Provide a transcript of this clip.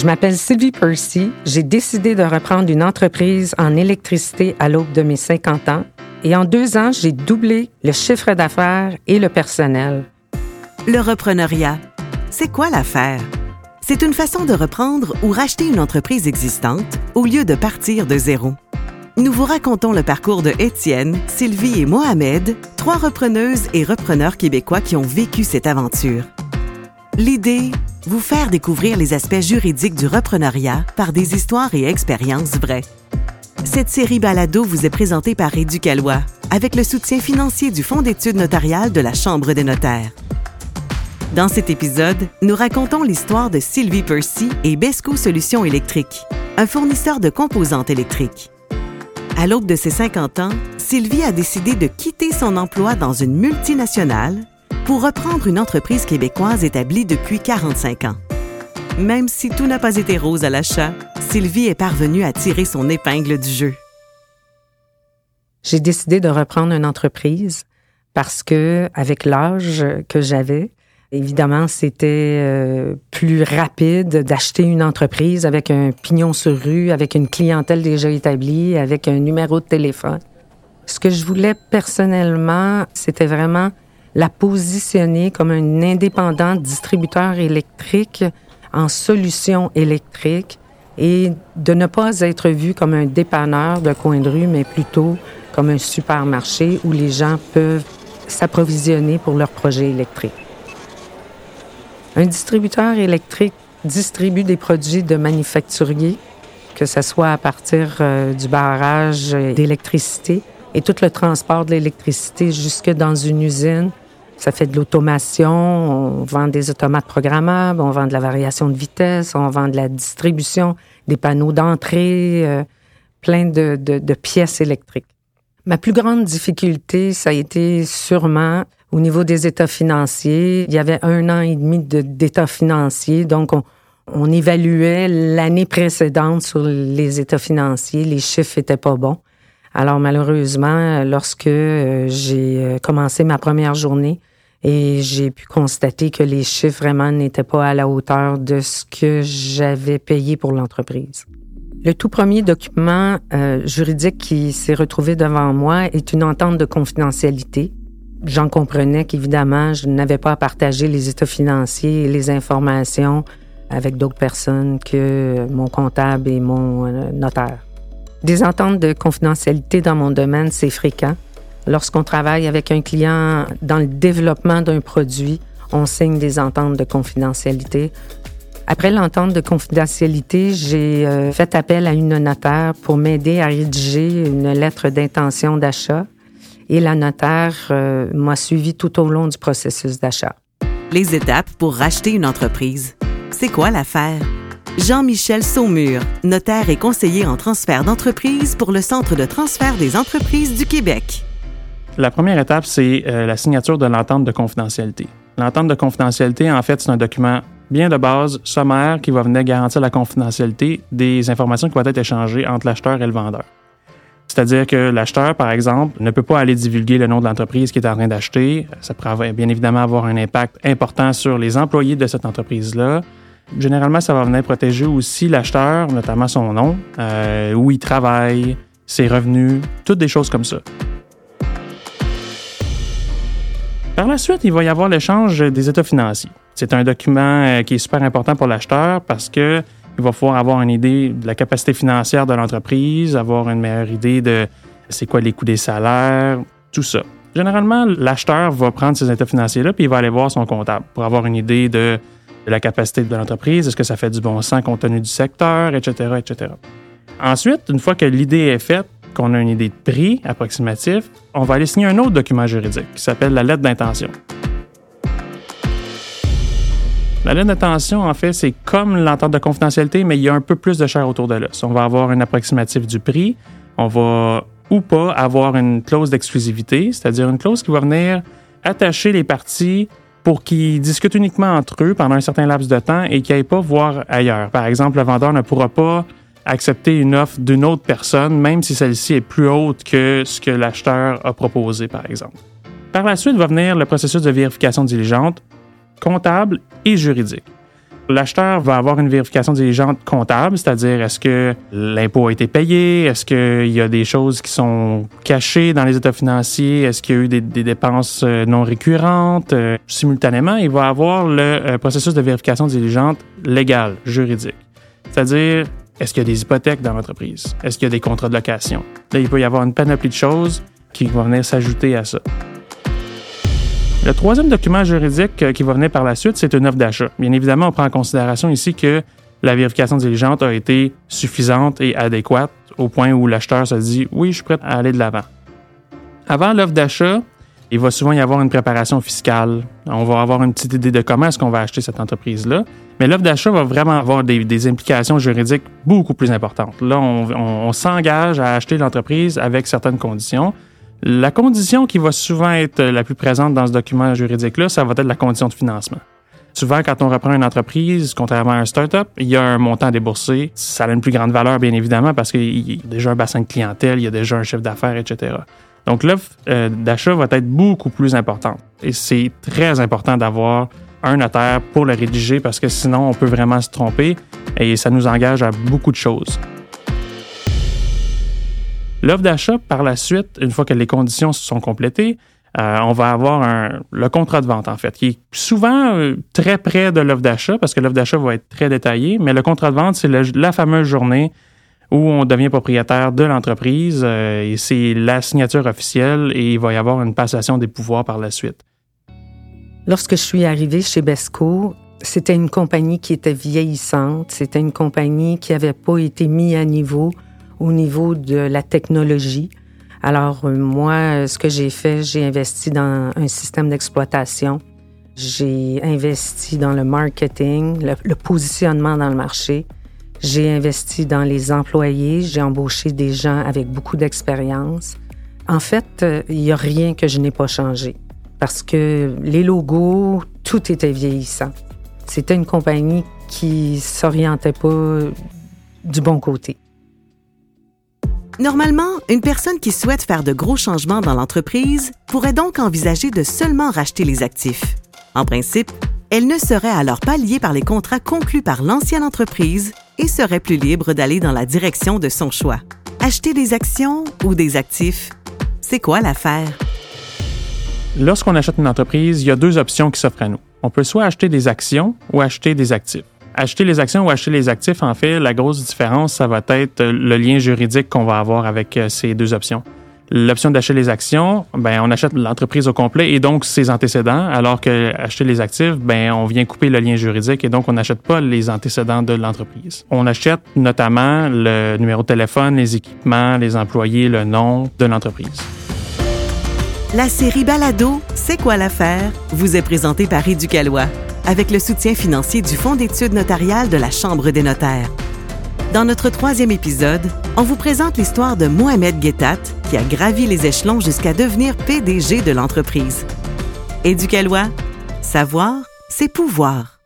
Je m'appelle Sylvie Percy. J'ai décidé de reprendre une entreprise en électricité à l'aube de mes 50 ans. Et en 2 ans, j'ai doublé le chiffre d'affaires et le personnel. Le repreneuriat, c'est quoi l'affaire? C'est une façon de reprendre ou racheter une entreprise existante au lieu de partir de zéro. Nous vous racontons le parcours de Étienne, Sylvie et Mohamed, 3 repreneuses et repreneurs québécois qui ont vécu cette aventure. L'idée, vous faire découvrir les aspects juridiques du repreneuriat par des histoires et expériences vraies. Cette série balado vous est présentée par Éducalois, avec le soutien financier du Fonds d'études notariales de la Chambre des notaires. Dans cet épisode, nous racontons l'histoire de Sylvie Percy et Besco Solutions électriques, un fournisseur de composantes électriques. À l'aube de ses 50 ans, Sylvie a décidé de quitter son emploi dans une multinationale pour reprendre une entreprise québécoise établie depuis 45 ans. Même si tout n'a pas été rose à l'achat, Sylvie est parvenue à tirer son épingle du jeu. J'ai décidé de reprendre une entreprise parce que, avec l'âge que j'avais, évidemment, c'était plus rapide d'acheter une entreprise avec un pignon sur rue, avec une clientèle déjà établie, avec un numéro de téléphone. Ce que je voulais personnellement, c'était vraiment la positionner comme un indépendant distributeur électrique en solutions électriques et de ne pas être vu comme un dépanneur de coin de rue, mais plutôt comme un supermarché où les gens peuvent s'approvisionner pour leurs projets électriques. Un distributeur électrique distribue des produits de manufacturiers, que ce soit à partir du barrage d'électricité et tout le transport de l'électricité jusque dans une usine. Ça fait de l'automation, on vend des automates programmables, on vend de la variation de vitesse, on vend de la distribution, des panneaux d'entrée, plein de pièces électriques. Ma plus grande difficulté, ça a été sûrement au niveau des états financiers. Il y avait 1 an et demi d'états financiers, donc on évaluait l'année précédente sur les états financiers. Les chiffres étaient pas bons. Alors malheureusement, lorsque j'ai commencé ma première journée et j'ai pu constater que les chiffres vraiment n'étaient pas à la hauteur de ce que j'avais payé pour l'entreprise. Le tout premier document juridique qui s'est retrouvé devant moi est une entente de confidentialité. J'en comprenais qu'évidemment, je n'avais pas à partager les états financiers et les informations avec d'autres personnes que mon comptable et mon notaire. Des ententes de confidentialité dans mon domaine, c'est fréquent. Lorsqu'on travaille avec un client dans le développement d'un produit, on signe des ententes de confidentialité. Après l'entente de confidentialité, j'ai fait appel à une notaire pour m'aider à rédiger une lettre d'intention d'achat. Et la notaire m'a suivi tout au long du processus d'achat. Les étapes pour racheter une entreprise. C'est quoi l'affaire? Jean-Michel Saumur, notaire et conseiller en transfert d'entreprise pour le Centre de transfert des entreprises du Québec. La première étape, c'est la signature de l'entente de confidentialité. L'entente de confidentialité, en fait, c'est un document bien de base, sommaire, qui va venir garantir la confidentialité des informations qui vont être échangées entre l'acheteur et le vendeur. C'est-à-dire que l'acheteur, par exemple, ne peut pas aller divulguer le nom de l'entreprise qu'il est en train d'acheter. Ça pourrait bien évidemment avoir un impact important sur les employés de cette entreprise-là. Généralement, ça va venir protéger aussi l'acheteur, notamment son nom, où il travaille, ses revenus, toutes des choses comme ça. Par la suite, il va y avoir l'échange des états financiers. C'est un document qui est super important pour l'acheteur parce que il va pouvoir avoir une idée de la capacité financière de l'entreprise, avoir une meilleure idée de c'est quoi les coûts des salaires, tout ça. Généralement, l'acheteur va prendre ces états financiers-là puis il va aller voir son comptable pour avoir une idée de la capacité de l'entreprise, est-ce que ça fait du bon sens compte tenu du secteur, etc., etc. Ensuite, une fois que l'idée est faite, qu'on a une idée de prix approximatif, on va aller signer un autre document juridique qui s'appelle la lettre d'intention. La lettre d'intention, en fait, c'est comme l'entente de confidentialité, mais il y a un peu plus de chair autour de l'os. On va avoir un approximatif du prix. On va ou pas avoir une clause d'exclusivité, c'est-à-dire une clause qui va venir attacher les parties pour qu'ils discutent uniquement entre eux pendant un certain laps de temps et qu'ils n'aillent pas voir ailleurs. Par exemple, le vendeur ne pourra pas accepter une offre d'une autre personne, même si celle-ci est plus haute que ce que l'acheteur a proposé, par exemple. Par la suite va venir le processus de vérification diligente, comptable et juridique. L'acheteur va avoir une vérification diligente comptable, c'est-à-dire est-ce que l'impôt a été payé, est-ce qu'il y a des choses qui sont cachées dans les états financiers, est-ce qu'il y a eu des dépenses non récurrentes. Simultanément, il va avoir le processus de vérification diligente légale, juridique. C'est-à-dire, est-ce qu'il y a des hypothèques dans l'entreprise? Est-ce qu'il y a des contrats de location? Là, il peut y avoir une panoplie de choses qui vont venir s'ajouter à ça. Le troisième document juridique qui va venir par la suite, c'est une offre d'achat. Bien évidemment, on prend en considération ici que la vérification diligente a été suffisante et adéquate au point où l'acheteur se dit « oui, je suis prêt à aller de l'avant ». Avant l'offre d'achat, il va souvent y avoir une préparation fiscale. On va avoir une petite idée de comment est-ce qu'on va acheter cette entreprise-là. Mais l'offre d'achat va vraiment avoir des implications juridiques beaucoup plus importantes. Là, on s'engage à acheter l'entreprise avec certaines conditions. La condition qui va souvent être la plus présente dans ce document juridique-là, ça va être la condition de financement. Souvent, quand on reprend une entreprise, contrairement à un start-up, il y a un montant déboursé. Ça a une plus grande valeur, bien évidemment, parce qu'il y a déjà un bassin de clientèle, il y a déjà un chiffre d'affaires, etc. Donc, l'offre d'achat va être beaucoup plus importante. Et c'est très important d'avoir un notaire pour le rédiger parce que sinon, on peut vraiment se tromper et ça nous engage à beaucoup de choses. L'offre d'achat, par la suite, une fois que les conditions sont complétées, on va avoir le contrat de vente, en fait, qui est souvent très près de l'offre d'achat parce que l'offre d'achat va être très détaillée, mais le contrat de vente, c'est la fameuse journée où on devient propriétaire de l'entreprise et c'est la signature officielle et il va y avoir une passation des pouvoirs par la suite. Lorsque je suis arrivée chez Besco, c'était une compagnie qui était vieillissante, c'était une compagnie qui n'avait pas été mise à niveau au niveau de la technologie. Alors, moi, ce que j'ai fait, j'ai investi dans un système d'exploitation. J'ai investi dans le marketing, le positionnement dans le marché. J'ai investi dans les employés. J'ai embauché des gens avec beaucoup d'expérience. En fait, il n'y a rien que je n'ai pas changé parce que les logos, tout était vieillissant. C'était une compagnie qui ne s'orientait pas du bon côté. Normalement, une personne qui souhaite faire de gros changements dans l'entreprise pourrait donc envisager de seulement racheter les actifs. En principe, elle ne serait alors pas liée par les contrats conclus par l'ancienne entreprise et serait plus libre d'aller dans la direction de son choix. Acheter des actions ou des actifs, c'est quoi l'affaire? Lorsqu'on achète une entreprise, il y a deux options qui s'offrent à nous. On peut soit acheter des actions ou acheter des actifs. Acheter les actions ou acheter les actifs, en fait, la grosse différence, ça va être le lien juridique qu'on va avoir avec ces deux options. L'option d'acheter les actions, on achète l'entreprise au complet et donc ses antécédents, alors que acheter les actifs, on vient couper le lien juridique et donc on n'achète pas les antécédents de l'entreprise. On achète notamment le numéro de téléphone, les équipements, les employés, le nom de l'entreprise. La série Balado, C'est quoi l'affaire? Vous est présentée par Éducalois, avec le soutien financier du Fonds d'études notariales de la Chambre des notaires. Dans notre 3e épisode, on vous présente l'histoire de Mohamed Guettat, qui a gravi les échelons jusqu'à devenir PDG de l'entreprise. Éducalois, savoir, c'est pouvoir.